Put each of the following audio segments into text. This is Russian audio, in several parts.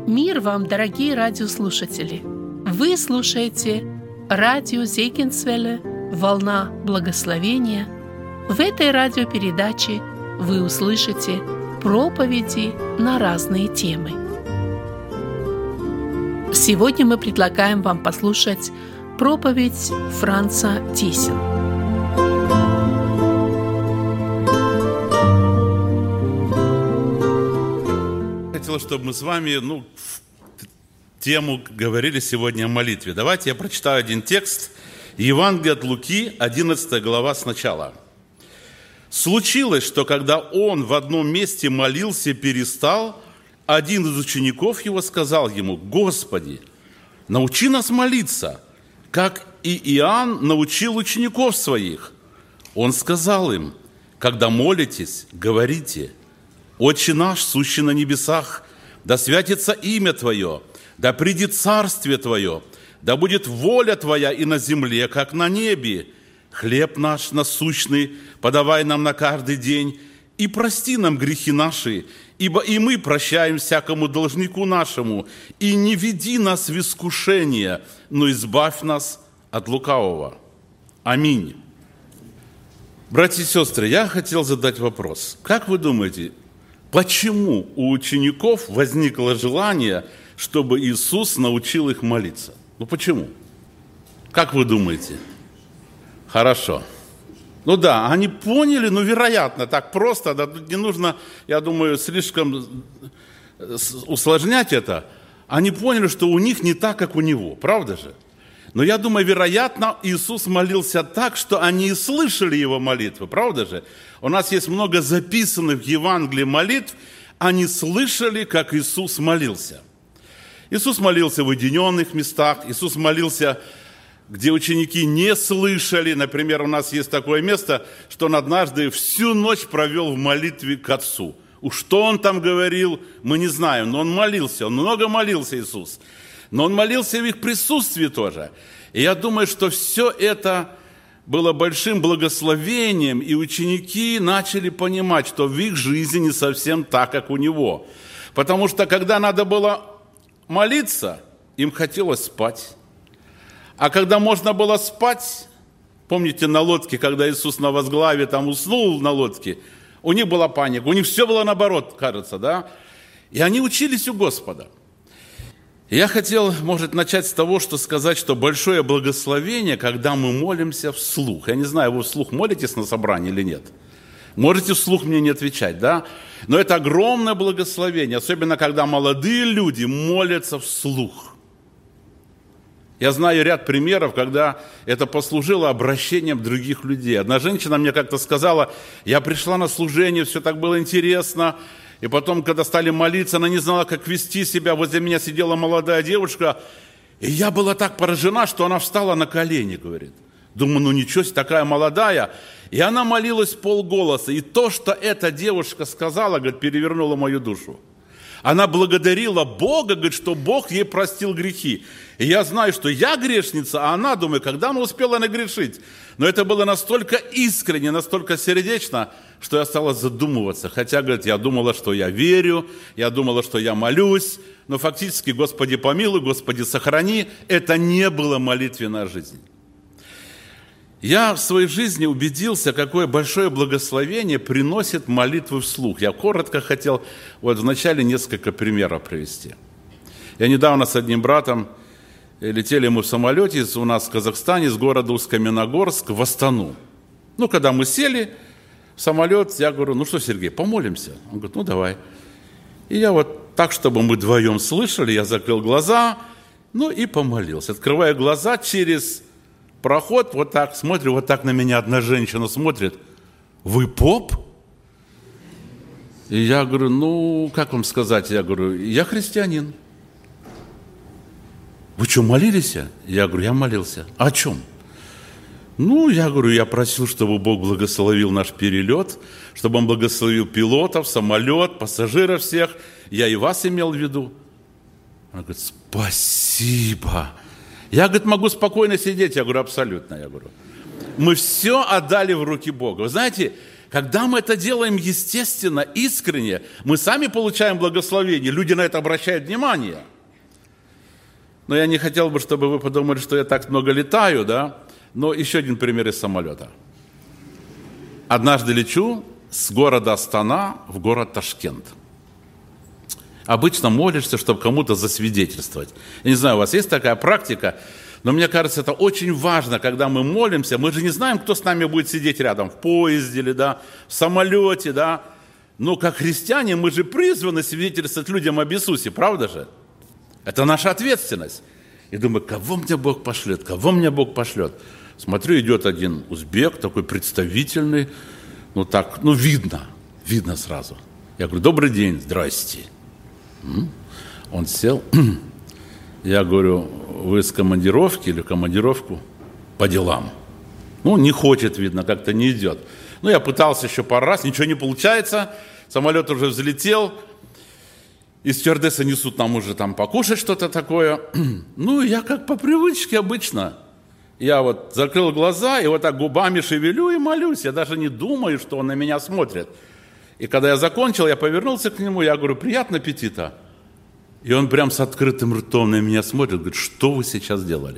Мир вам, дорогие радиослушатели! Вы слушаете радио Зегенсвелле «Волна благословения». В этой радиопередаче вы услышите проповеди на разные темы. Сегодня мы предлагаем вам послушать проповедь Франца Тиссен. Хотел, чтобы мы с вами тему говорили сегодня о молитве. Давайте я прочитаю один текст. Евангелие от Луки, 11 глава сначала. «Случилось, что когда он в одном месте молился, перестал, один из учеников его сказал ему: „Господи, научи нас молиться, как и Иоанн научил учеников своих“. Он сказал им: „Когда молитесь, говорите: „Отче наш, сущий на небесах, да святится имя Твое, да придет царствие Твое, да будет воля Твоя и на земле, как на небе. Хлеб наш насущный подавай нам на каждый день, и прости нам грехи наши, ибо и мы прощаем всякому должнику нашему, и не веди нас в искушение, но избавь нас от лукавого. Аминь“». Братья и сестры, я хотел задать вопрос. Как вы думаете, почему у учеников возникло желание, чтобы Иисус научил их молиться? Почему? Как вы думаете? Хорошо. Да, они поняли, вероятно, так просто, да, тут не нужно, я думаю, слишком усложнять это. Они поняли, что у них не так, как у него, правда же? Но я думаю, вероятно, Иисус молился так, что они и слышали его молитвы, правда же? У нас есть много записанных в Евангелии молитв, они слышали, как Иисус молился. Иисус молился в уединенных местах, Иисус молился, где ученики не слышали. Например, у нас есть такое место, что он однажды всю ночь провел в молитве к Отцу. Уж что он там говорил, мы не знаем, но он молился, он много молился, Иисус. Но он молился в их присутствии тоже. И я думаю, что все это было большим благословением, и ученики начали понимать, что в их жизни не совсем так, как у него. Потому что, когда надо было молиться, им хотелось спать. А когда можно было спать, помните на лодке, когда Иисус на возглаве там уснул на лодке, у них была паника, у них все было наоборот, кажется, да? И они учились у Господа. Я хотел, начать с того, что сказать, что большое благословение, когда мы молимся вслух. Я не знаю, вы вслух молитесь на собрании или нет? Можете вслух мне не отвечать, да? Но это огромное благословение, особенно когда молодые люди молятся вслух. Я знаю ряд примеров, когда это послужило обращением других людей. Одна женщина мне как-то сказала: я пришла на служение, все так было интересно, и потом, когда стали молиться, она не знала, как вести себя. Возле меня сидела молодая девушка, и я была так поражена, что она встала на колени, говорит. Думаю, ничего себе, такая молодая. И она молилась полголоса. И то, что эта девушка сказала, говорит, перевернуло мою душу. Она благодарила Бога, говорит, что Бог ей простил грехи. И я знаю, что я грешница, а она, думаю, когда она успела нагрешить? Но это было настолько искренне, настолько сердечно, что я стала задумываться. Хотя, говорит, я думала, что я верю, я думала, что я молюсь, но фактически, Господи помилуй, Господи сохрани, это не было молитвенная жизнь. Я в своей жизни убедился, какое большое благословение приносит молитвы вслух. Я коротко хотел вначале несколько примеров привести. Я недавно с одним братом летели мы в самолете у нас в Казахстане с города Усть-Каменогорск в Астану. Когда мы сели в самолет, я говорю: что, Сергей, помолимся? Он говорит: давай. И я так, чтобы мы вдвоем слышали, я закрыл глаза, и помолился. Открываю глаза, через проход, смотрю, так на меня одна женщина смотрит: вы поп? И я говорю: как вам сказать? Я говорю: я христианин. Вы что, молились? Я говорю: я молился. О чем? Я говорю, я просил, чтобы Бог благословил наш перелет, чтобы Он благословил пилотов, самолет, пассажиров всех. Я и вас имел в виду. Она говорит: спасибо. Я, говорит, могу спокойно сидеть. Я говорю: абсолютно. Я говорю: мы все отдали в руки Бога. Вы знаете, когда мы это делаем естественно, искренне, мы сами получаем благословение, люди на это обращают внимание. Но я не хотел бы, чтобы вы подумали, что я так много летаю, да? Но еще один пример из самолета. Однажды лечу с города Астана в город Ташкент. Обычно молишься, чтобы кому-то засвидетельствовать. Я не знаю, у вас есть такая практика, но мне кажется, это очень важно, когда мы молимся. Мы же не знаем, кто с нами будет сидеть рядом, в поезде или да, в самолете, да. Но как христиане мы же призваны свидетельствовать людям об Иисусе, правда же? Это наша ответственность. И думаю, кого мне Бог пошлет, кого мне Бог пошлет. Смотрю, идет один узбек, такой представительный, видно сразу. Я говорю, добрый день, здрасте. Он сел. Я говорю, вы с командировки или командировку? По делам. Не хочет, видно, как-то не идет. Я пытался еще пару раз, ничего не получается. Самолет уже взлетел. Из стюардессы несут нам уже там покушать что-то такое. Я как по привычке обычно. Я вот закрыл глаза и вот так губами шевелю и молюсь. Я даже не думаю, что он на меня смотрит. И когда я закончил, я повернулся к нему, я говорю, приятного аппетита. И он прям с открытым ртом на меня смотрит, говорит, что вы сейчас делали?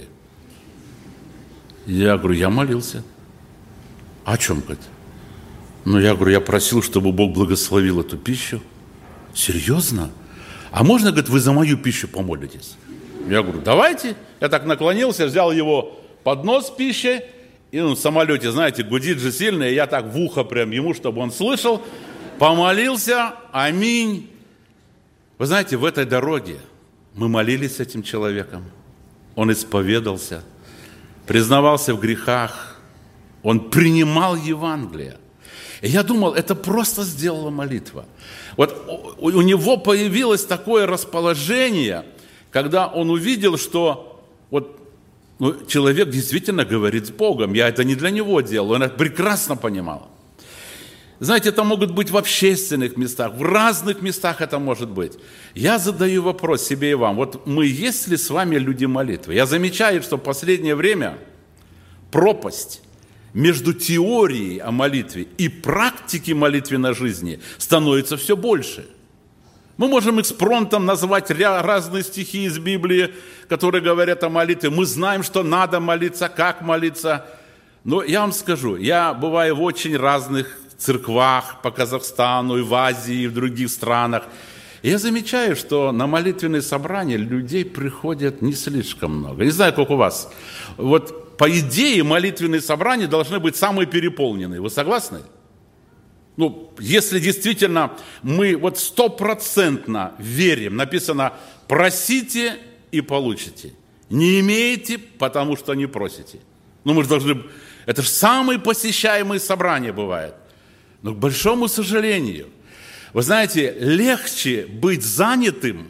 Я говорю, я молился. О чем, говорит? Я говорю, я просил, чтобы Бог благословил эту пищу. Серьезно? А можно, говорит, вы за мою пищу помолитесь? Я говорю, давайте. Я так наклонился, взял его поднос с пищей, и в самолете, знаете, гудит же сильно, и я так в ухо прям ему, чтобы он слышал, помолился, аминь. Вы знаете, в этой дороге мы молились с этим человеком, он исповедался, признавался в грехах, он принимал Евангелие. И я думал, это просто сделала молитва. Вот у него появилось такое расположение, когда он увидел, что человек действительно говорит с Богом. Я это не для него делал, он это прекрасно понимал. Знаете, это могут быть в общественных местах, в разных местах это может быть. Я задаю вопрос себе и вам. Вот мы есть ли с вами люди молитвы? Я замечаю, что в последнее время пропасть между теорией о молитве и практикой молитвенной жизни становится все больше. Мы можем экспромтом назвать разные стихи из Библии, которые говорят о молитве. Мы знаем, что надо молиться, как молиться. Но я вам скажу, я бываю в очень разных церквах по Казахстану, и в Азии, и в других странах. И я замечаю, что на молитвенные собрания людей приходят не слишком много. Не знаю, как у вас. Вот по идее молитвенные собрания должны быть самые переполненные. Вы согласны? Если действительно мы 100% верим, написано «просите и получите». Не имеете, потому что не просите. Мы же должны... Это же самые посещаемые собрания бывают. Но, к большому сожалению, вы знаете, легче быть занятым,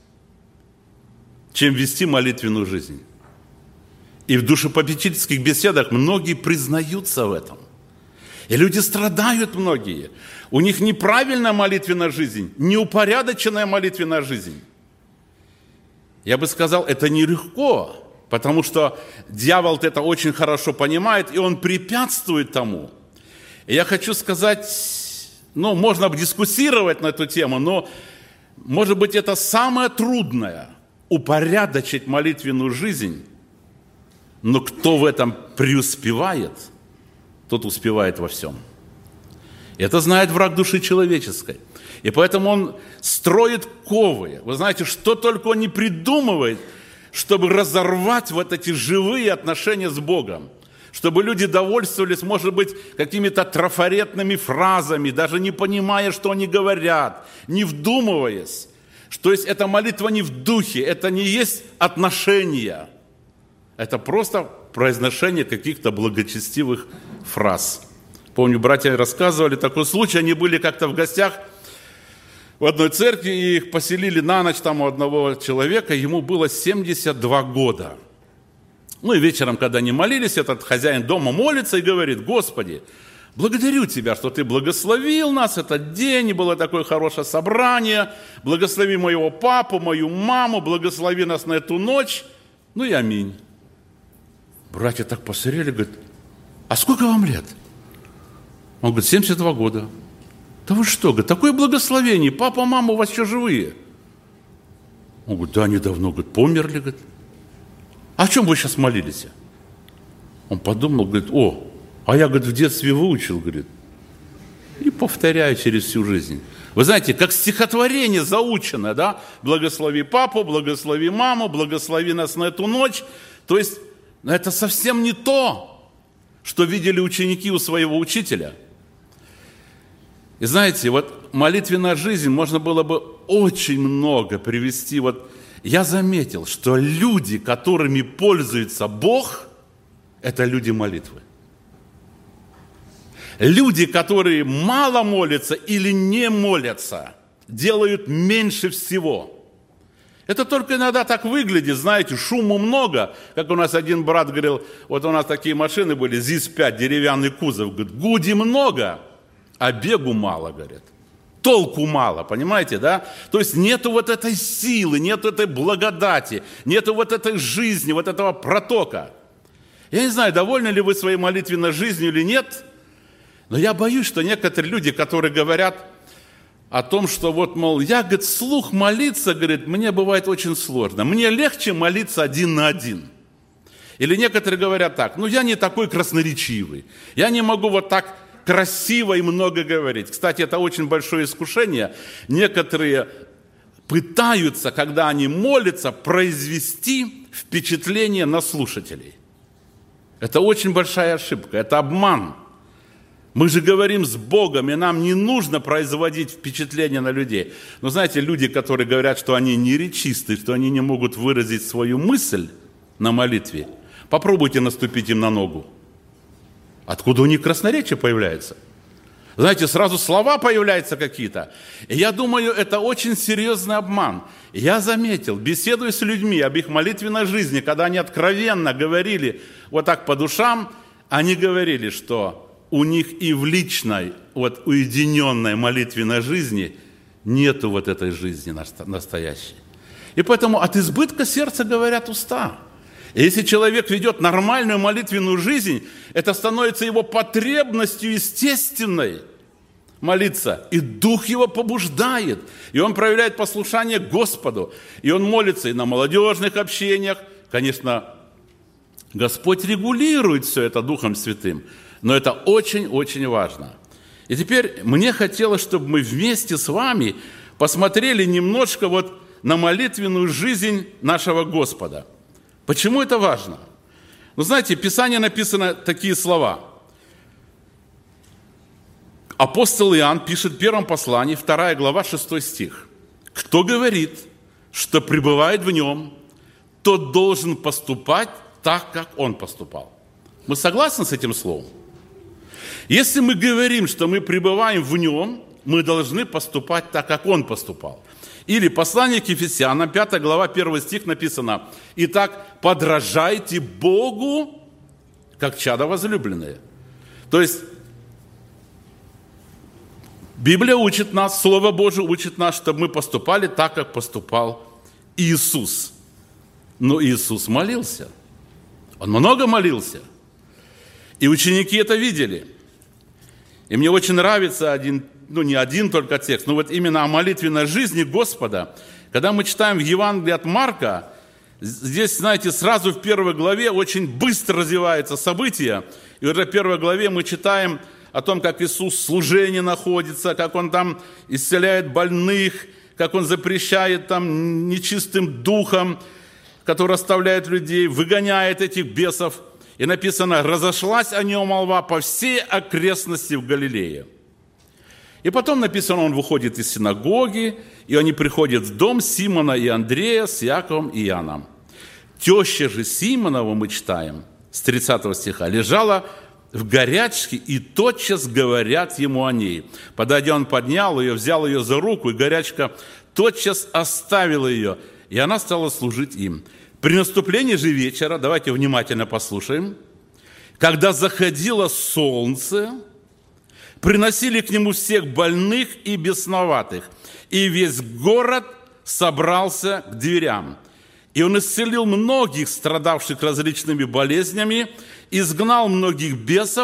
чем вести молитвенную жизнь. И в душепопечительских беседах многие признаются в этом. И люди страдают многие. У них неправильная молитвенная жизнь, неупорядоченная молитвенная жизнь. Я бы сказал, это нелегко, потому что дьявол это очень хорошо понимает, и он препятствует тому. И я хочу сказать, можно дискуссировать на эту тему, но, может быть, это самое трудное – упорядочить молитвенную жизнь. Но кто в этом преуспевает, тот успевает во всем. Это знает враг души человеческой. И поэтому он строит ковы. Вы знаете, что только он не придумывает, чтобы разорвать эти живые отношения с Богом. Чтобы люди довольствовались, может быть, какими-то трафаретными фразами, даже не понимая, что они говорят, не вдумываясь. То есть эта молитва не в духе, это не есть отношения. Это просто произношение каких-то благочестивых фраз. Помню, братья рассказывали такой случай, они были как-то в гостях в одной церкви, и их поселили на ночь там у одного человека, ему было 72 года. И вечером, когда они молились, этот хозяин дома молится и говорит: «Господи, благодарю Тебя, что Ты благословил нас этот день, и было такое хорошее собрание, благослови моего папу, мою маму, благослови нас на эту ночь». И аминь. Братья так посмотрели, говорят: «А сколько вам лет?» Он говорит, 72 года. Да вы что, говорит, такое благословение, папа, мама у вас еще живые. Он говорит, да, они давно, говорит, померли, говорит. А о чем вы сейчас молились? Он подумал, говорит, а я, говорит, в детстве выучил, говорит, и повторяю через всю жизнь. Вы знаете, как стихотворение заучено, да? Благослови папу, благослови маму, благослови нас на эту ночь. То есть, это совсем не то, что видели ученики у своего учителя. И знаете, вот молитвенная жизнь, можно было бы очень много привести. Вот я заметил, что люди, которыми пользуется Бог, это люди молитвы. Люди, которые мало молятся или не молятся, делают меньше всего. Это только иногда так выглядит, знаете, шуму много. Как у нас один брат говорил, вот у нас такие машины были, ЗИС-5, деревянный кузов. Говорит, гуди много, а бегу мало, говорит. Толку мало, понимаете, да? То есть нету вот этой силы, нету этой благодати, нету вот этой жизни, вот этого протока. Я не знаю, довольны ли вы своей молитвенной жизнью или нет, но я боюсь, что некоторые люди, которые говорят о том, что вот, мол, я, говорит, вслух молиться, говорит, мне бывает очень сложно. Мне легче молиться один на один. Или некоторые говорят так, я не такой красноречивый, я не могу вот так красиво и много говорить. Кстати, это очень большое искушение. Некоторые пытаются, когда они молятся, произвести впечатление на слушателей. Это очень большая ошибка, это обман. Мы же говорим с Богом, и нам не нужно производить впечатление на людей. Но знаете, люди, которые говорят, что они не речисты, что они не могут выразить свою мысль на молитве, попробуйте наступить им на ногу. Откуда у них красноречие появляется? Знаете, сразу слова появляются какие-то. И я думаю, это очень серьезный обман. Я заметил, беседуя с людьми об их молитвенной жизни, когда они откровенно говорили вот так по душам, они говорили, что у них и в личной, вот уединенной молитвенной жизни нету вот этой жизни настоящей. И поэтому от избытка сердца говорят уста. И если человек ведет нормальную молитвенную жизнь, это становится его потребностью естественной молиться. И Дух его побуждает. И он проявляет послушание Господу. И он молится и на молодежных общениях. Конечно, Господь регулирует все это Духом Святым. Но это очень-очень важно. И теперь мне хотелось, чтобы мы вместе с вами посмотрели немножко вот на молитвенную жизнь нашего Господа. Почему это важно? Знаете, в Писании написаны такие слова. Апостол Иоанн пишет в первом послании, 2 глава, 6 стих. «Кто говорит, что пребывает в нем, тот должен поступать так, как он поступал». Мы согласны с этим словом? Если мы говорим, что мы пребываем в нем, мы должны поступать так, как он поступал. Или послание к Ефесянам, 5 глава, 1 стих написано: «Итак, подражайте Богу, как чада возлюбленные». То есть, Библия учит нас, Слово Божие учит нас, чтобы мы поступали так, как поступал Иисус. Но Иисус молился. Он много молился. И ученики это видели. И мне очень нравится не один только текст, но вот именно о молитвенной жизни Господа. Когда мы читаем в Евангелии от Марка, здесь, знаете, сразу в 1 главе очень быстро развиваются события. И уже в 1 главе мы читаем о том, как Иисус в служении находится, как Он там исцеляет больных, как Он запрещает там нечистым духом, который оставляет людей, выгоняет этих бесов. И написано: «Разошлась о нем молва по всей окрестности в Галилее». И потом написано, он выходит из синагоги, и они приходят в дом Симона и Андрея с Иаковом и Иоанном. Теща же Симонова, мы читаем, с 30 стиха, лежала в горячке, и тотчас говорят ему о ней. Подойдя, он поднял ее, взял ее за руку, и горячка тотчас оставила ее, и она стала служить им. При наступлении же вечера, давайте внимательно послушаем, когда заходило солнце, приносили к нему всех больных и бесноватых, и весь город собрался к дверям. И он исцелил многих, страдавших различными болезнями, изгнал многих бесов,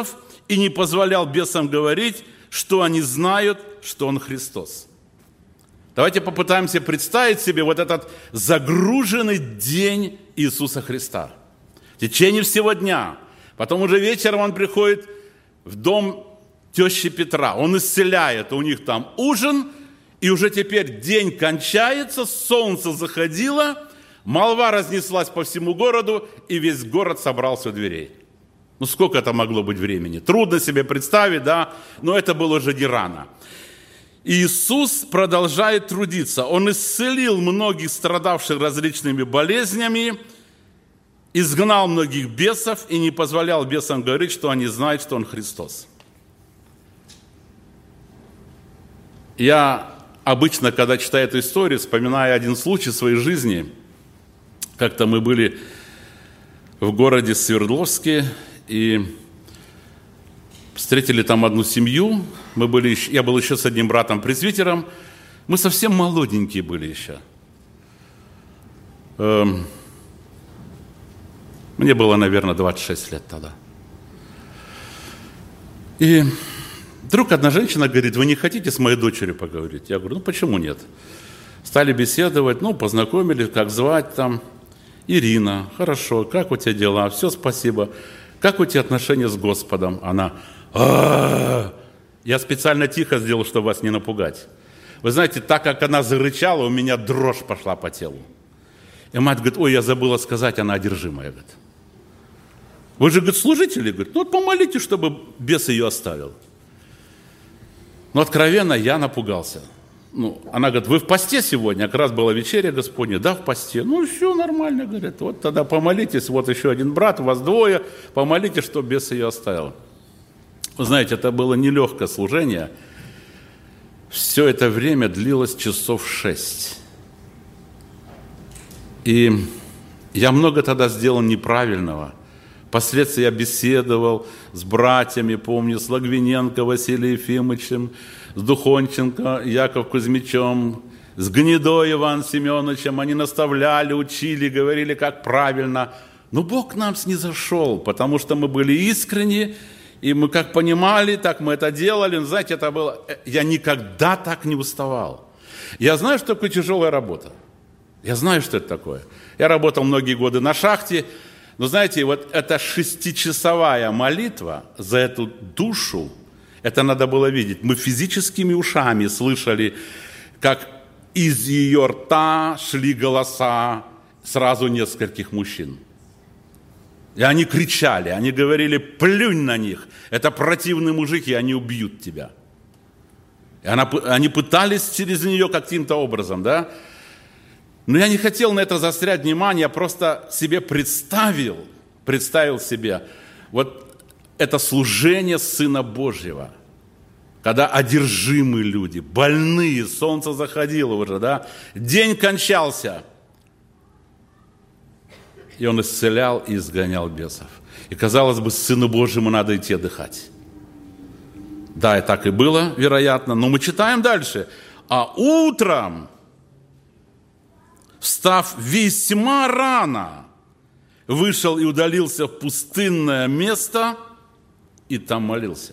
и не позволял бесам говорить, что они знают, что Он Христос. Давайте попытаемся представить себе вот этот загруженный день Иисуса Христа. В течение всего дня. Потом уже вечером Он приходит в дом тещи Петра. Он исцеляет, у них там ужин, и уже теперь день кончается, солнце заходило, молва разнеслась по всему городу, и весь город собрался у дверей. Ну, сколько это могло быть времени? Трудно себе представить, да, но это было уже не рано. Иисус продолжает трудиться. Он исцелил многих страдавших различными болезнями, изгнал многих бесов и не позволял бесам говорить, что они знают, что Он Христос. Я обычно, когда читаю эту историю, вспоминаю один случай в своей жизни. Как-то мы были в городе Свердловске и встретили там одну семью. Я был еще с одним братом-пресвитером. Мы совсем молоденькие были еще. Мне было, наверное, 26 лет тогда. И вдруг одна женщина говорит: вы не хотите с моей дочерью поговорить? Я говорю: ну почему нет? Стали беседовать, познакомились, как звать там. Ирина, хорошо, как у тебя дела? Все, спасибо. Как у тебя отношения с Господом? Она: я специально тихо сделал, чтобы вас не напугать. Вы знаете, так как она зарычала, у меня дрожь пошла по телу. И мать говорит: ой, я забыла сказать, она одержимая. Говорит: вы же, говорит, служители? Говорит: ну вот помолитесь, чтобы бес ее оставил. Но откровенно я напугался. Она говорит: вы в посте сегодня? Как раз была вечеря Господня. Да, в посте. Все нормально, говорит. Вот тогда помолитесь, вот еще один брат, вас двое, помолитесь, чтобы бес ее оставил. Вы знаете, это было нелегкое служение. Все это время длилось часов 6. И я много тогда сделал неправильного. Впоследствии я беседовал с братьями, помню, с Логвиненко Василием Ефимовичем, с Духонченко Яков Кузьмичем, с Гнедой Иваном Семеновичем. Они наставляли, учили, говорили, как правильно. Но Бог нам снизошел, потому что мы были искренни, и мы как понимали, так мы это делали. Но, знаете, это было... Я никогда так не уставал. Я знаю, что такое тяжелая работа. Я знаю, что это такое. Я работал многие годы на шахте. Но знаете, вот эта 6-часовая молитва за эту душу, это надо было видеть. Мы физическими ушами слышали, как из ее рта шли голоса сразу нескольких мужчин. И они кричали, они говорили: плюнь на них, это противные мужики, они убьют тебя. И они пытались через нее каким-то образом, да? Но я не хотел на это заострять внимание, я просто себе представил себе вот это служение Сына Божьего, когда одержимые люди, больные, солнце заходило уже, да, день кончался, и Он исцелял и изгонял бесов. И, казалось бы, Сыну Божьему надо идти отдыхать. Да, и так и было, вероятно, но мы читаем дальше. А утром, встав весьма рано, вышел и удалился в пустынное место и там молился.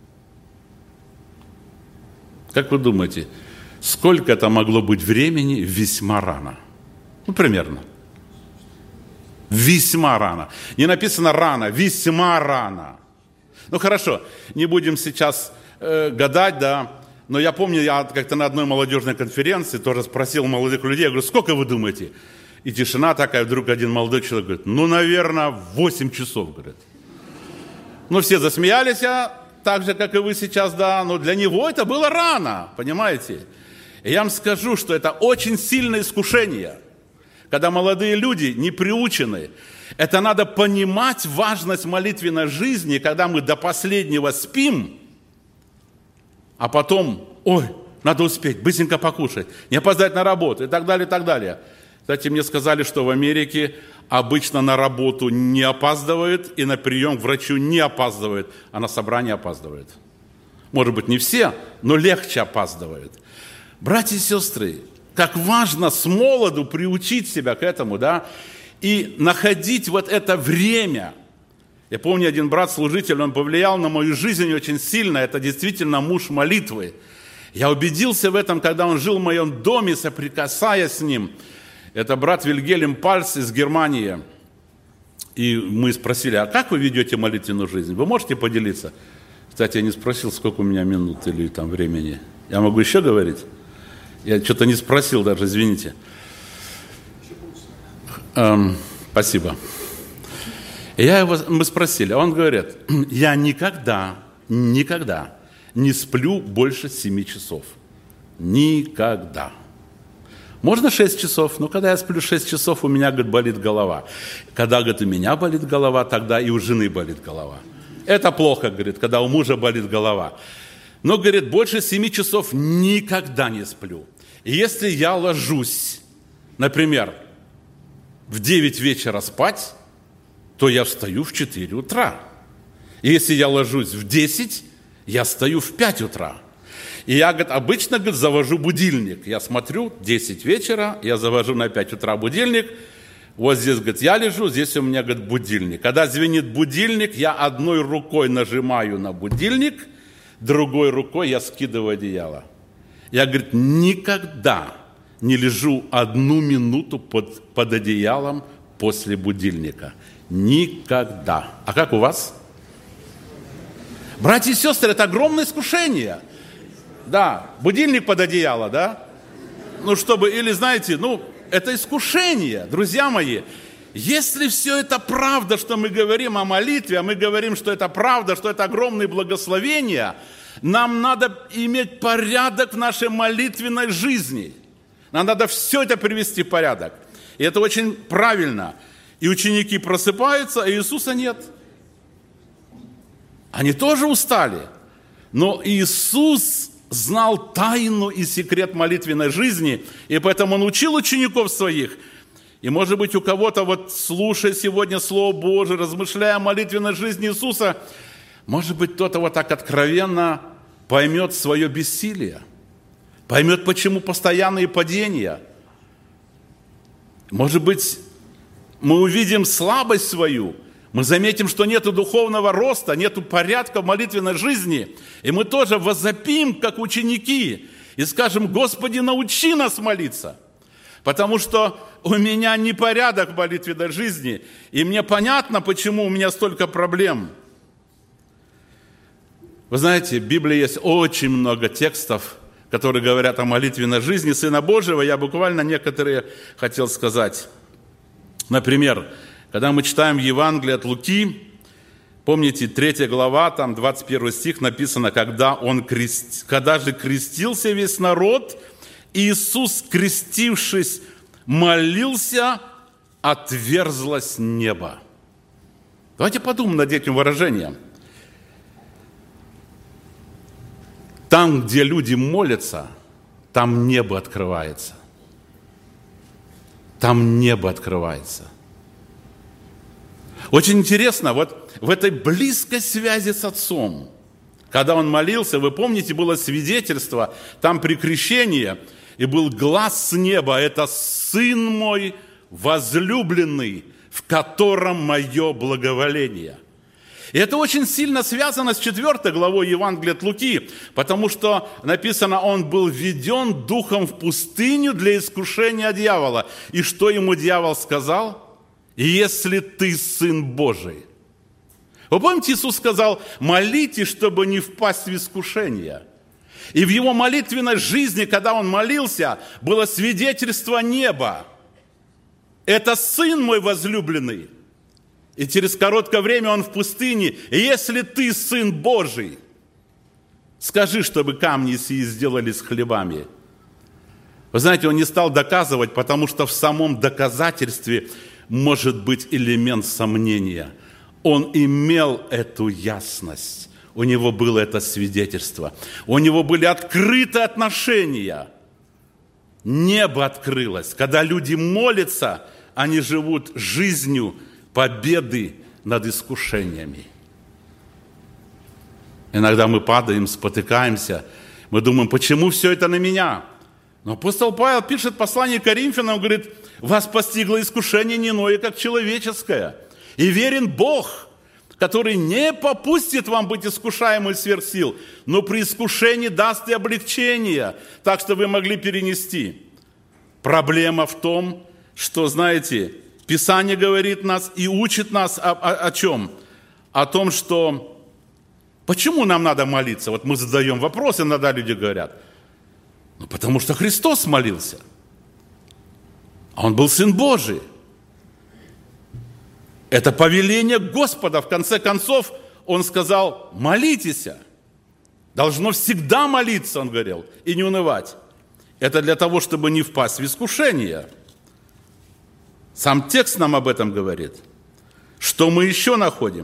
Как вы думаете, сколько это могло быть времени весьма рано? Примерно. Весьма рано. Не написано рано, весьма рано. Хорошо, не будем сейчас гадать, да. Но я помню, я как-то на одной молодежной конференции тоже спросил молодых людей, я говорю: сколько вы думаете? И тишина такая, вдруг один молодой человек говорит: наверное, 8 часов, говорит. Все засмеялись, так же, как и вы сейчас, да, но для него это было рано, понимаете? И я вам скажу, что это очень сильное искушение, когда молодые люди не приучены. Это надо понимать важность молитвенной жизни, когда мы до последнего спим, а потом: ой, надо успеть, быстренько покушать, не опоздать на работу и так далее, и так далее. Кстати, мне сказали, что в Америке обычно на работу не опаздывают и на прием к врачу не опаздывают, а на собрание опаздывают. Может быть, не все, но легче опаздывают. Братья и сестры, как важно с молоду приучить себя к этому, да, и находить вот это время, Я помню, один брат-служитель, он повлиял на мою жизнь очень сильно. Это действительно муж молитвы. Я убедился в этом, когда он жил в моем доме, соприкасаясь с ним. Это брат Вильгельм Пальц из Германии. И мы спросили, а как вы ведете молитвенную жизнь? Вы можете поделиться? Кстати, я не спросил, сколько у меня минут или там времени. Я могу еще говорить? Я что-то не спросил даже, извините. Спасибо. Мы спросили, а он говорит, я никогда не сплю больше 7 часов. Никогда. Можно 6 часов, но когда я сплю 6 часов, у меня, говорит, болит голова. Когда, говорит, у меня болит голова, тогда и у жены болит голова. Это плохо, говорит, когда у мужа болит голова. Но, говорит, больше 7 часов никогда не сплю. И если я ложусь, например, в 9 вечера спать, то я встаю в 4 утра. И если я ложусь в 10, я встаю в 5 утра. И я, говорит, обычно, говорит, завожу будильник. Я смотрю, 10 вечера, я завожу на 5 утра будильник. Вот здесь, говорит, я лежу, здесь у меня, говорит, будильник. Когда звенит будильник, я одной рукой нажимаю на будильник, другой рукой я скидываю одеяло. Я, говорит, никогда не лежу 1 минуту под одеялом после будильника. Никогда. А как у вас? Братья и сестры, это огромное искушение. Да, будильник под одеяло, да? Или, знаете, это искушение, друзья мои. Если все это правда, что мы говорим о молитве, а мы говорим, что это правда, что это огромные благословения, нам надо иметь порядок в нашей молитвенной жизни. Нам надо все это привести в порядок. И это очень правильно. И ученики просыпаются, а Иисуса нет. Они тоже устали. Но Иисус знал тайну и секрет молитвенной жизни, и поэтому Он учил учеников своих. И, может быть, у кого-то, слушая сегодня Слово Божие, размышляя о молитвенной жизни Иисуса, может быть, кто-то так откровенно поймет свое бессилие, поймет, почему постоянные падения. Может быть, мы увидим слабость свою, мы заметим, что нет духовного роста, нет порядка в молитвенной жизни, и мы тоже возопим, как ученики, и скажем: Господи, научи нас молиться, потому что у меня непорядок в молитвенной жизни, и мне понятно, почему у меня столько проблем. Вы знаете, в Библии есть очень много текстов, которые говорят о молитвенной жизни Сына Божьего. Я буквально некоторые хотел сказать. Например, когда мы читаем Евангелие от Луки, помните, 3 глава, там 21 стих написано: когда же крестился весь народ, Иисус, крестившись, молился, отверзлось небо. Давайте подумаем над этим выражением. Там, где люди молятся, там небо открывается. Там небо открывается. Очень интересно, в этой близкой связи с Отцом, когда Он молился, вы помните, было свидетельство, там при крещении, и был глас с неба: это Сын мой возлюбленный, в котором мое благоволение. И это очень сильно связано с 4 главой Евангелия от Луки, потому что написано: Он был введен духом в пустыню для искушения дьявола. И что ему дьявол сказал? Если ты Сын Божий. Вы помните, Иисус сказал: молитесь, чтобы не впасть в искушение. И в его молитвенной жизни, когда он молился, было свидетельство неба: это Сын мой возлюбленный. И через короткое время он в пустыне: если ты Сын Божий, скажи, чтобы камни сии сделались хлебами. Вы знаете, он не стал доказывать, потому что в самом доказательстве может быть элемент сомнения. Он имел эту ясность, у него было это свидетельство, у него были открыты отношения. Небо открылось. Когда люди молятся, они живут жизнью победы над искушениями. Иногда мы падаем, спотыкаемся, мы думаем: почему все это на меня? Но апостол Павел пишет послание к Коринфянам, говорит: вас постигло искушение не иное, как человеческое. И верен Бог, который не попустит вам быть искушаемым сверх сил, но при искушении даст и облегчение, так что вы могли перенести. Проблема в том, что, знаете, Писание говорит нас и учит нас о чем? О том, что почему нам надо молиться? Вот мы задаем вопрос, иногда люди говорят, ну, потому что Христос молился. А Он был Сын Божий. Это повеление Господа. В конце концов, Он сказал, молитесь. Должно всегда молиться, Он говорил, и не унывать. Это для того, чтобы не впасть в искушение. Сам текст нам об этом говорит. Что мы еще находим?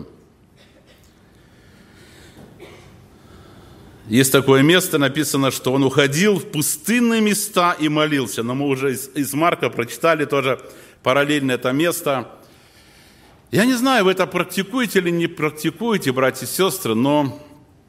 Есть такое место, написано, что он уходил в пустынные места и молился. Но мы уже из Марка прочитали тоже параллельно это место. Я не знаю, вы это практикуете или не практикуете, братья и сестры, но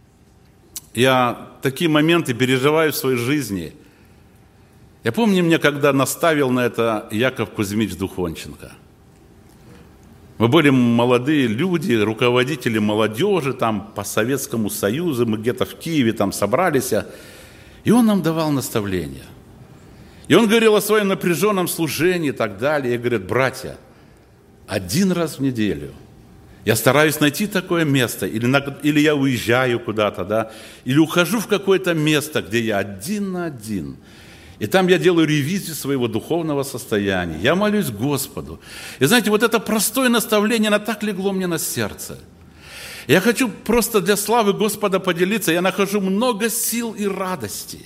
я такие моменты переживаю в своей жизни. Я помню, мне когда наставил на это Яков Кузьмич Духонченко. Мы были молодые люди, руководители молодежи там по Советскому Союзу, мы где-то в Киеве там собрались, и он нам давал наставления. И он говорил о своем напряженном служении и так далее. И говорит, братья, 1 раз в неделю я стараюсь найти такое место, или я уезжаю куда-то, да, или ухожу в какое-то место, где я один на один. И там я делаю ревизию своего духовного состояния. Я молюсь Господу. И знаете, вот это простое наставление, оно так легло мне на сердце. Я хочу просто для славы Господа поделиться. Я нахожу много сил и радости,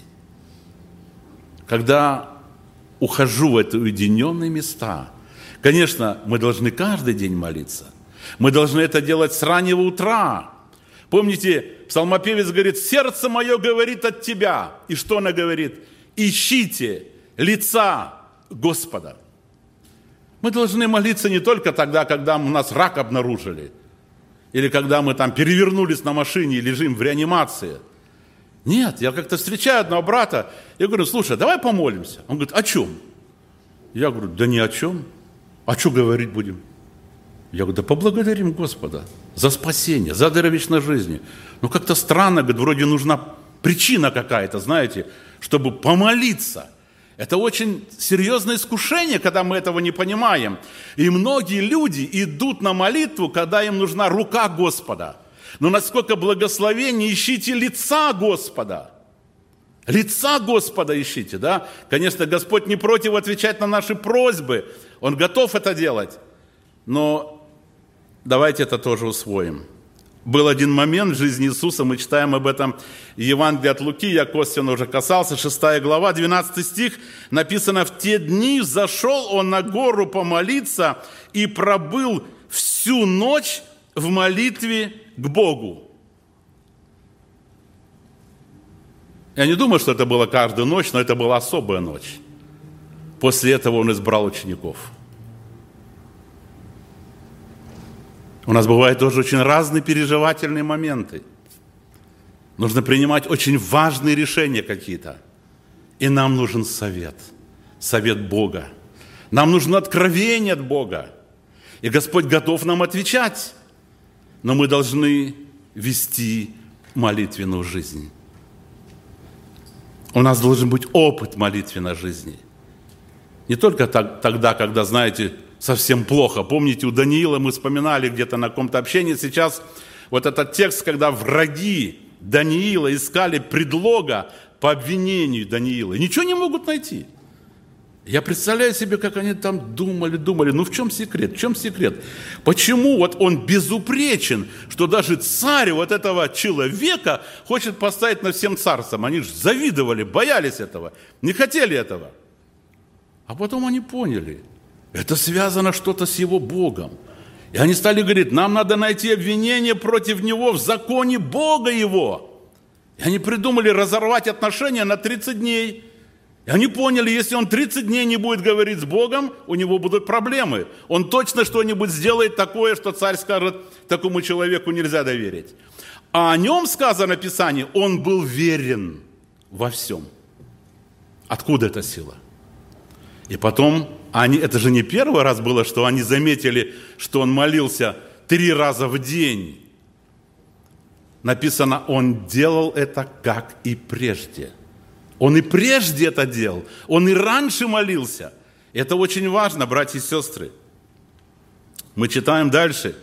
когда ухожу в эти уединенные места. Конечно, мы должны каждый день молиться. Мы должны это делать с раннего утра. Помните, псалмопевец говорит, «Сердце мое говорит от Тебя». И что она говорит? Ищите лица Господа. Мы должны молиться не только тогда, когда у нас рак обнаружили, или когда мы там перевернулись на машине и лежим в реанимации. Нет, я как-то встречаю одного брата, я говорю, слушай, давай помолимся. Он говорит, о чем? Я говорю, да ни о чем. А что говорить будем? Я говорю, да поблагодарим Господа за спасение, за дар вечной жизни. Ну как-то странно, говорит, вроде нужна причина какая-то, знаете, чтобы помолиться. Это очень серьезное искушение, когда мы этого не понимаем. И многие люди идут на молитву, когда им нужна рука Господа. Но насколько благословение, ищите лица Господа. Лица Господа ищите, да? Конечно, Господь не против отвечать на наши просьбы. Он готов это делать. Но давайте это тоже усвоим. Был один момент в жизни Иисуса, мы читаем об этом в Евангелии от Луки, я косвенно уже касался, 6 глава, 12 стих, написано, «В те дни взошел он на гору помолиться и пробыл всю ночь в молитве к Богу». Я не думаю, что это было каждую ночь, но это была особая ночь. После этого он избрал учеников. У нас бывают тоже очень разные переживательные моменты. Нужно принимать очень важные решения какие-то. И нам нужен совет. Совет Бога. Нам нужно откровение от Бога. И Господь готов нам отвечать. Но мы должны вести молитвенную жизнь. У нас должен быть опыт молитвенной жизни. Не только тогда, когда, знаете, совсем плохо. Помните, у Даниила мы вспоминали где-то на каком-то общении. Сейчас вот этот текст, когда враги Даниила искали предлога по обвинению Даниила. И ничего не могут найти. Я представляю себе, как они там думали. Ну в чем секрет? В чем секрет? Почему вот он безупречен, что даже царь вот этого человека хочет поставить над всем царством? Они же завидовали, боялись этого, не хотели этого. А потом они поняли, это связано что-то с его Богом. И они стали говорить, нам надо найти обвинение против него в законе Бога его. И они придумали разорвать отношения на 30 дней. И они поняли, если он 30 дней не будет говорить с Богом, у него будут проблемы. Он точно что-нибудь сделает такое, что царь скажет, такому человеку нельзя доверить. А о нем сказано в Писании, он был верен во всем. Откуда эта сила? И потом, это же не первый раз было, что они заметили, что он молился 3 раза в день. Написано, он делал это, как и прежде. Он и прежде это делал. Он и раньше молился. Это очень важно, братья и сестры. Мы читаем дальше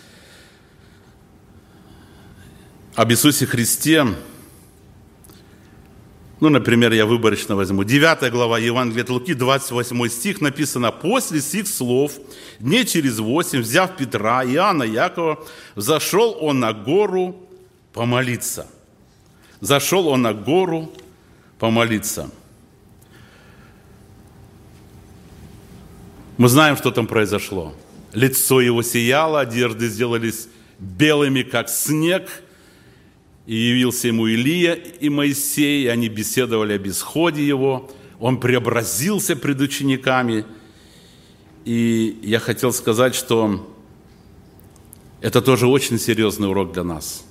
об Иисусе Христе. Например, я выборочно возьму. 9 глава Евангелия от Луки, 28 стих написано: «После сих слов, дней через 8, взяв Петра, Иоанна, Якова, зашел он на гору помолиться». Зашел он на гору помолиться. Мы знаем, что там произошло. Лицо его сияло, одежды сделались белыми, как снег. И явился ему Илия и Моисей, и они беседовали об исходе его. Он преобразился пред учениками. И я хотел сказать, что это тоже очень серьезный урок для нас.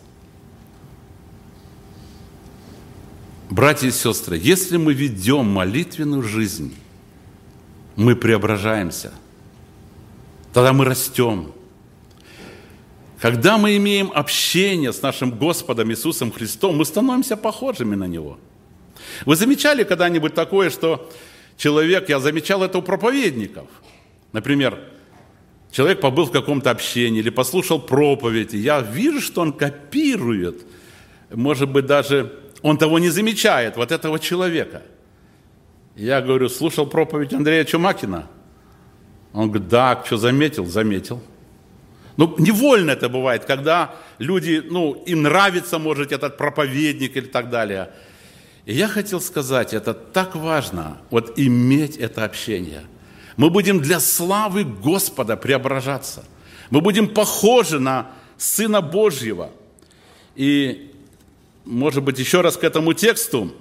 Братья и сестры, если мы ведем молитвенную жизнь, мы преображаемся. Тогда мы растем. Когда мы имеем общение с нашим Господом Иисусом Христом, мы становимся похожими на Него. Вы замечали когда-нибудь такое, что человек, я замечал это у проповедников, например, человек побыл в каком-то общении или послушал проповедь, и я вижу, что он копирует, может быть, даже он того не замечает, вот этого человека. Я говорю, слушал проповедь Андрея Чумакина? Он говорит, да, что заметил? Заметил. Невольно это бывает, когда люди, им нравится, может, этот проповедник или так далее. И я хотел сказать, это так важно, иметь это общение. Мы будем для славы Господа преображаться. Мы будем похожи на Сына Божьего. И, может быть, еще раз к этому тексту.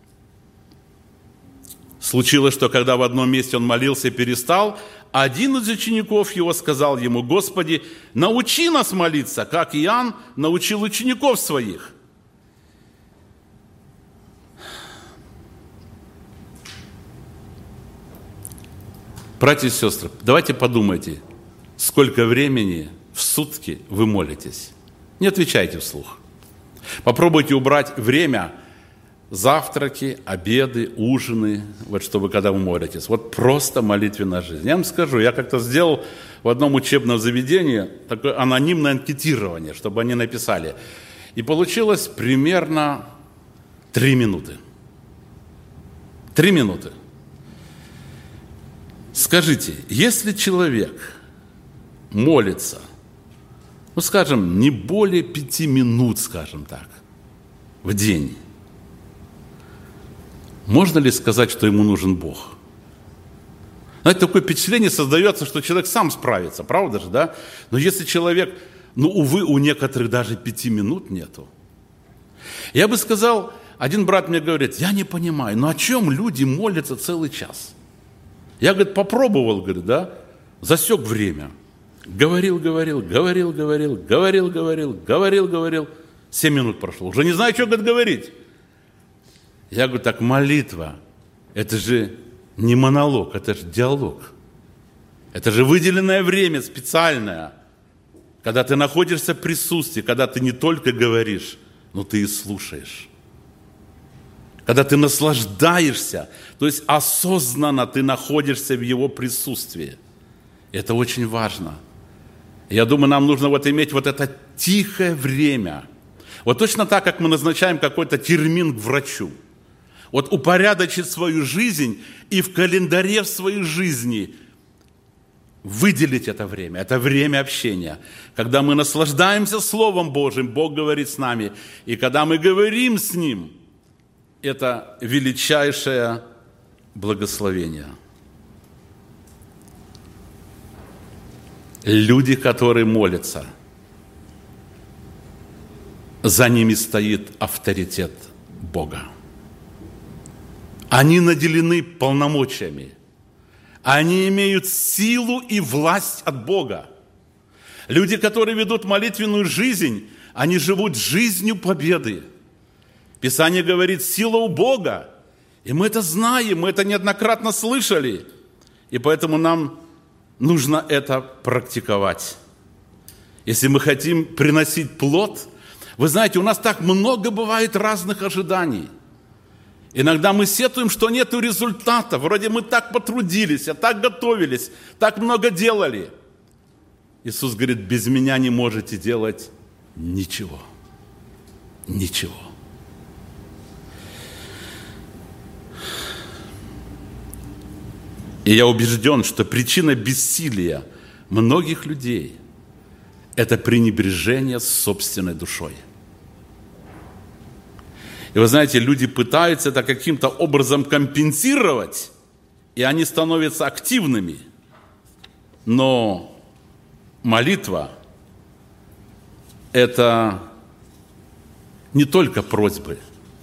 Случилось, что когда в одном месте он молился и перестал, один из учеников его сказал ему: «Господи, научи нас молиться, как Иоанн научил учеников своих». Братья и сестры, давайте подумайте, сколько времени в сутки вы молитесь. Не отвечайте вслух. Попробуйте убрать время, завтраки, обеды, ужины, чтобы когда вы молитесь. Просто молитвенная жизнь. Я вам скажу, я как-то сделал в одном учебном заведении такое анонимное анкетирование, чтобы они написали. И получилось примерно 3 минуты. 3 минуты. Скажите, если человек молится, скажем, не более 5 минут, скажем так, в день, можно ли сказать, что ему нужен Бог? Знаете, такое впечатление создается, что человек сам справится, правда же, да? Но если человек, увы, у некоторых даже 5 минут нету. Я бы сказал, один брат мне говорит, я не понимаю, о чем люди молятся целый час? Я, говорит, попробовал, засек время. Говорил. 7 минут прошло. Уже не знаю, что, говорить. Я говорю, так молитва, это же не монолог, это же диалог. Это же выделенное время специальное, когда ты находишься в присутствии, когда ты не только говоришь, но ты и слушаешь. Когда ты наслаждаешься, то есть осознанно ты находишься в Его присутствии. Это очень важно. Я думаю, нам нужно иметь это тихое время. Точно так, как мы назначаем какой-то термин к врачу. Упорядочить свою жизнь и в календаре в своей жизни выделить это время общения. Когда мы наслаждаемся Словом Божьим, Бог говорит с нами. И когда мы говорим с Ним, это величайшее благословение. Люди, которые молятся, за ними стоит авторитет Бога. Они наделены полномочиями. Они имеют силу и власть от Бога. Люди, которые ведут молитвенную жизнь, они живут жизнью победы. Писание говорит, сила у Бога. И мы это знаем, мы это неоднократно слышали. И поэтому нам нужно это практиковать. если мы хотим приносить плод, вы знаете, у нас так много бывает разных ожиданий. Иногда мы сетуем, что нет результата. Вроде мы так потрудились, так готовились, так много делали. Иисус говорит, без меня не можете делать ничего. Ничего. И я убежден, что причина бессилия многих людей – это пренебрежение собственной душой. И вы знаете, люди пытаются это каким-то образом компенсировать, и они становятся активными. Но молитва – это не только просьбы,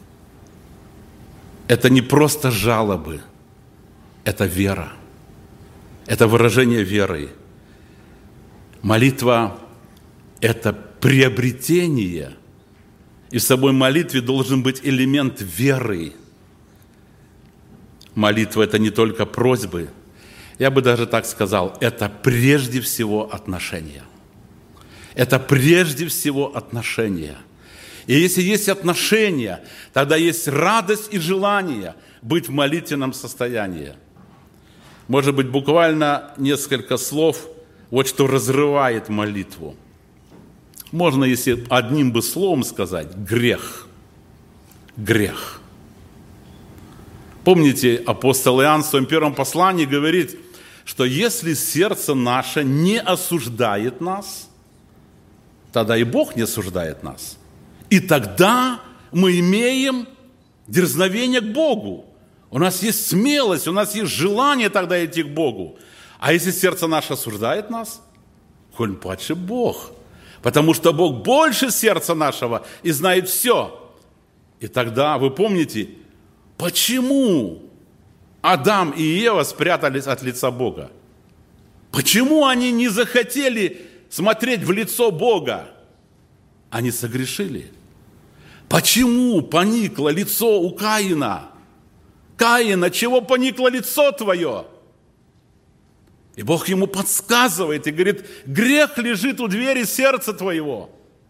это не просто жалобы, это вера, это выражение веры. Молитва – это приобретение, и в самой молитве должен быть элемент веры. Молитва – это не только просьбы, я бы даже так сказал, это прежде всего отношения. Это прежде всего отношения. И если есть отношения, тогда есть радость и желание быть в молитвенном состоянии. Может быть, буквально несколько слов, вот что разрывает молитву. Можно, если одним бы словом сказать, грех. Грех. Помните, апостол Иоанн в своем первом послании говорит, что если сердце наше не осуждает нас, тогда и Бог не осуждает нас. И тогда мы имеем дерзновение к Богу. У нас есть смелость, у нас есть желание тогда идти к Богу. А если сердце наше осуждает нас, коль падше Бог. Потому что Бог больше сердца нашего и знает все. И тогда, вы помните, почему Адам и Ева спрятались от лица Бога? Почему они не захотели смотреть в лицо Бога? Они согрешили. Почему поникло лицо у Каина? Каин, от чего поникло лицо твое? И Бог ему подсказывает и говорит, грех лежит у двери сердца твоего.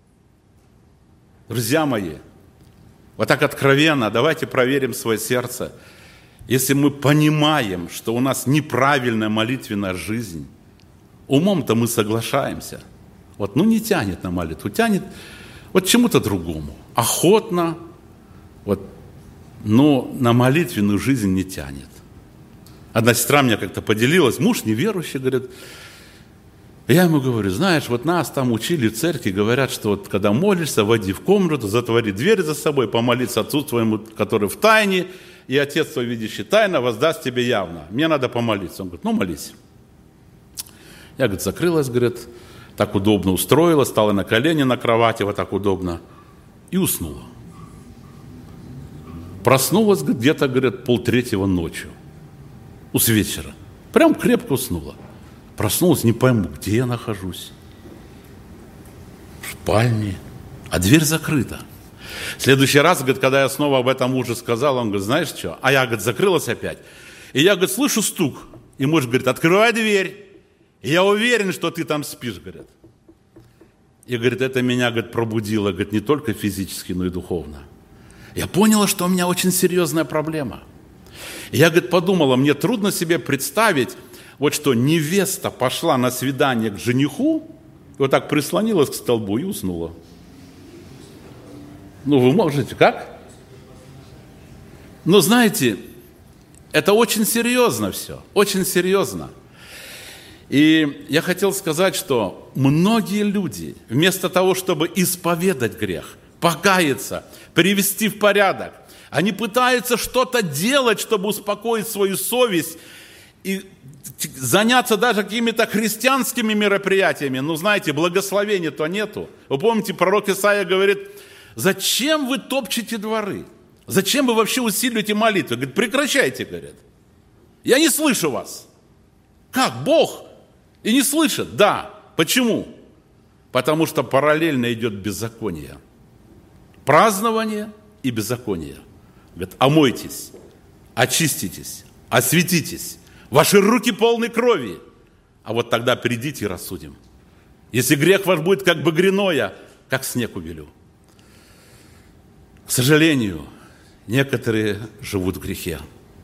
Друзья мои, вот так откровенно, давайте проверим свое сердце. Если мы понимаем, что у нас неправильная молитвенная жизнь, умом-то мы соглашаемся. Вот, не тянет на молитву, тянет вот чему-то другому. Охотно, но на молитвенную жизнь не тянет. Одна сестра мне как-то поделилась, муж неверующий, говорит, я ему говорю, знаешь, вот нас там учили в церкви, говорят, что вот когда молишься, войди в комнату, затвори дверь за собой, помолиться Отцу твоему, который в тайне, и Отец твой, видящий тайно, воздаст тебе явно. Мне надо помолиться. Он говорит, молись. Я, говорит, закрылась, говорит, так удобно устроилась, стала на колени на кровати, вот так удобно, и уснула. Проснулась где-то, говорит, 2:30 ночью. С вечера. Прям крепко уснула. Проснулась, не пойму, где я нахожусь. В спальне. А дверь закрыта. В следующий раз, говорит, когда я снова об этом мужу сказал, он говорит, знаешь что? А я, говорит, закрылась опять. И я, говорит, слышу стук. И муж говорит, открывай дверь. И я уверен, что ты там спишь, говорит. И, говорит, это меня, говорит, пробудило, говорит, не только физически, но и духовно. Я поняла, что у меня очень серьезная проблема. И я, говорит, подумала, мне трудно себе представить, вот что невеста пошла на свидание к жениху, и вот так прислонилась к столбу и уснула. Вы можете, как? Знаете, это очень серьезно все, очень серьезно. И я хотел сказать, что многие люди, вместо того, чтобы исповедать грех, покаяться, привести в порядок, они пытаются что-то делать, чтобы успокоить свою совесть и заняться даже какими-то христианскими мероприятиями. Знаете, благословения-то нету. Вы помните, пророк Исаия говорит, зачем вы топчете дворы? Зачем вы вообще усиливаете молитву? Говорит, прекращайте, говорят. Я не слышу вас. Как? Бог? И не слышит? Да. Почему? Потому что параллельно идет беззаконие. Празднование и беззаконие. Говорит, омойтесь, очиститесь, осветитесь. Ваши руки полны крови. А вот тогда придите и рассудим. Если грех ваш будет как багряное, как снег убелю. К сожалению, некоторые живут в грехе,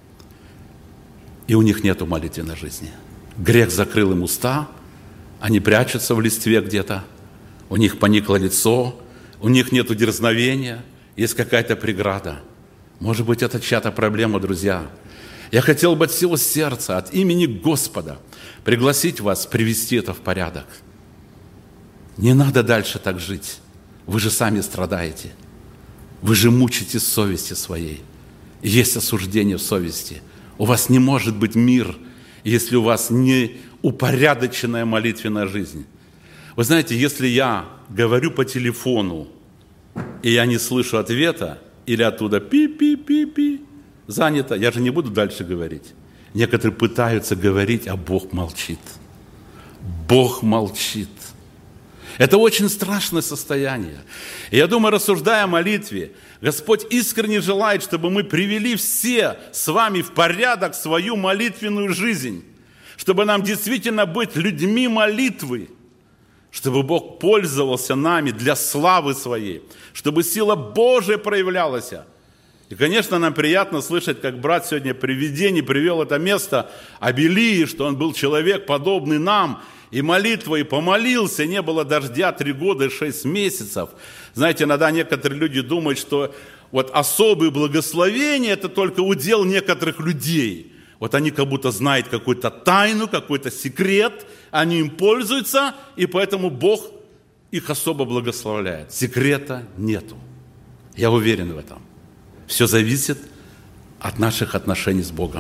и у них нету молитвенной жизни. Грех закрыл им уста, они прячутся в листве где-то, у них поникло лицо, у них нету дерзновения, есть какая-то преграда. Может быть, это чья-то проблема, друзья. Я хотел бы от всего сердца, от имени Господа пригласить вас привести это в порядок. Не надо дальше так жить. Вы же сами страдаете. Вы же мучаетесь совести своей. Есть осуждение в совести. У вас не может быть мир, если у вас не упорядоченная молитвенная жизнь. Вы знаете, если я говорю по телефону, и я не слышу ответа, или оттуда пи-пи-пи-пи, занято, я же не буду дальше говорить. Некоторые пытаются говорить, а Бог молчит. Бог молчит. Это очень страшное состояние. И я думаю, рассуждая о молитве, Господь искренне желает, чтобы мы привели все с вами в порядок свою молитвенную жизнь, чтобы нам действительно быть людьми молитвы, чтобы Бог пользовался нами для славы Своей, чтобы сила Божия проявлялась. И, конечно, нам приятно слышать, как брат сегодня при видении привел это место об Илии, что он был человек, подобный нам, и молитва, и помолился, не было дождя 3 года и 6 месяцев. Знаете, иногда некоторые люди думают, что вот особые благословения – это только удел некоторых людей. Вот они как будто знают какую-то тайну, какой-то секрет, они им пользуются, и поэтому Бог их особо благословляет. Секрета нету. Я уверен в этом. Все зависит от наших отношений с Богом.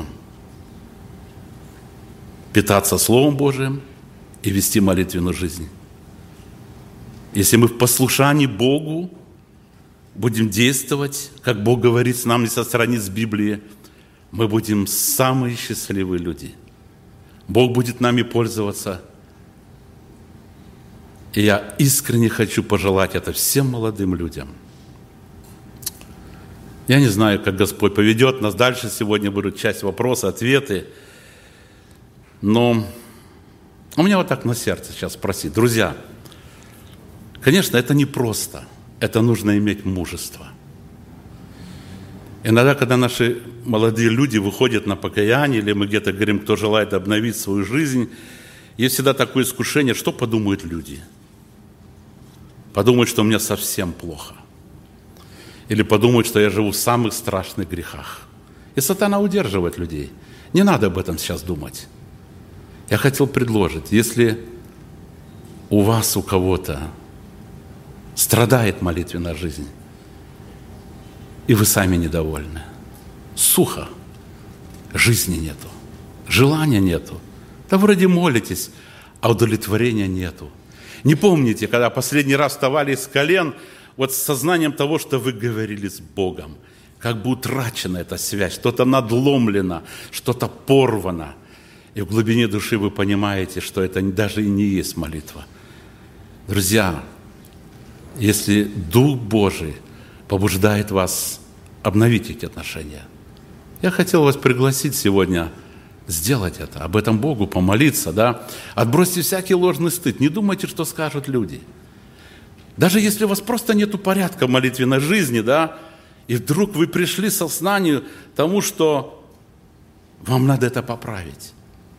Питаться Словом Божиим и вести молитвенную жизнь. Если мы в послушании Богу будем действовать, как Бог говорит с нами со страниц Библии, мы будем самые счастливые люди. Бог будет нами пользоваться. И я искренне хочу пожелать это всем молодым людям. Я не знаю, как Господь поведет нас дальше. Сегодня будут часть вопросы, ответы. Но у меня вот так на сердце сейчас спросить. Друзья, конечно, это непросто. Это нужно иметь мужество. Иногда, когда наши молодые люди выходят на покаяние, или мы где-то говорим, кто желает обновить свою жизнь, есть всегда такое искушение, что подумают люди? Подумают, что у меня совсем плохо. Или подумают, что я живу в самых страшных грехах. И сатана удерживает людей. Не надо об этом сейчас думать. Я хотел предложить, если у вас, у кого-то страдает молитвенная жизнь, и вы сами недовольны, сухо, жизни нету, желания нету, да вроде молитесь, а удовлетворения нету. Не помните, когда последний раз вставали с колен, вот с сознанием того, что вы говорили с Богом, как бы утрачена эта связь, что-то надломлено, что-то порвано. И в глубине души вы понимаете, что это даже и не есть молитва. Друзья, если Дух Божий побуждает вас обновить эти отношения, я хотел вас пригласить сегодня сделать это, об этом Богу помолиться, да? Отбросьте всякий ложный стыд, не думайте, что скажут люди. Даже если у вас просто нету порядка в молитвенной жизни, да, и вдруг вы пришли со сознанию тому, что вам надо это поправить.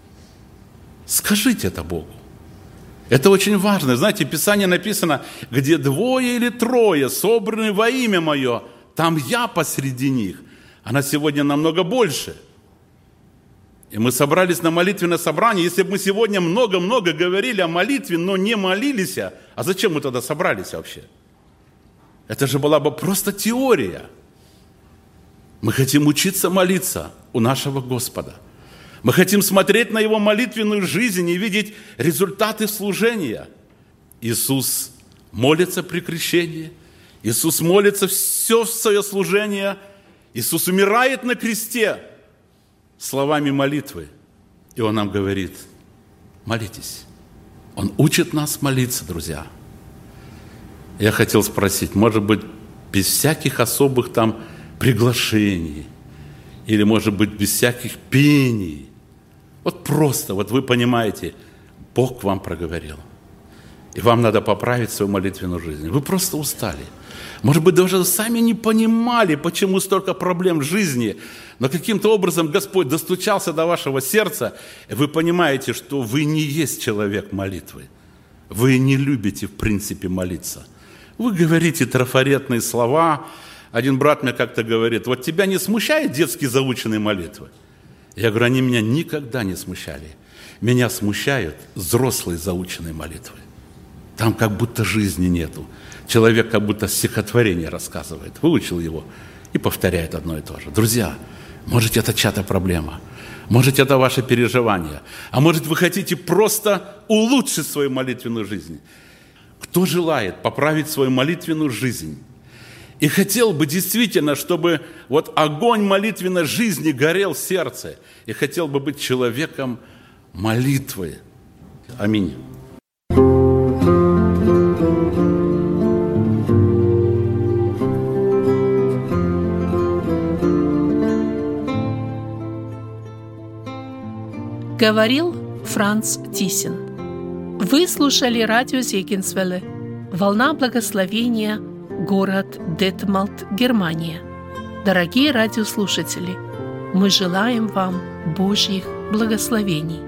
Скажите это Богу. Это очень важно. Знаете, в Писании написано, где 2 или 3 собраны во имя Мое, там я посреди них. Она сегодня намного больше. И мы собрались на молитвенное собрание. Если бы мы сегодня много-много говорили о молитве, но не молились, а зачем мы тогда собрались вообще? Это же была бы просто теория. Мы хотим учиться молиться у нашего Господа. Мы хотим смотреть на Его молитвенную жизнь и видеть результаты служения. Иисус молится при крещении. Иисус молится все свое служение. Иисус умирает на кресте словами молитвы. И Он нам говорит, молитесь. Он учит нас молиться, друзья. Я хотел спросить, может быть, без всяких особых там приглашений, или, может быть, без всяких пений. Вот просто, вот вы понимаете, Бог к вам проговорил. И вам надо поправить свою молитвенную жизнь. Вы просто устали. Может быть, даже сами не понимали, почему столько проблем в жизни. Но каким-то образом Господь достучался до вашего сердца, и вы понимаете, что вы не есть человек молитвы. Вы не любите, в принципе, молиться. Вы говорите трафаретные слова. Один брат мне как-то говорит: вот тебя не смущает детские заученные молитвы? Я говорю: они меня никогда не смущали. Меня смущают взрослые заученные молитвы. Там как будто жизни нету. Человек как будто стихотворение рассказывает. Выучил его и повторяет одно и то же. Друзья, может, это чья-то проблема. Может, это ваше переживание. А может, вы хотите просто улучшить свою молитвенную жизнь. Кто желает поправить свою молитвенную жизнь и хотел бы действительно, чтобы вот огонь молитвенной жизни горел в сердце, и хотел бы быть человеком молитвы. Аминь. Говорил Франц Тисин. Вы слушали радио Зегенсвелле, «Волна благословения», город Детмалт, Германия. Дорогие радиослушатели, мы желаем вам Божьих благословений.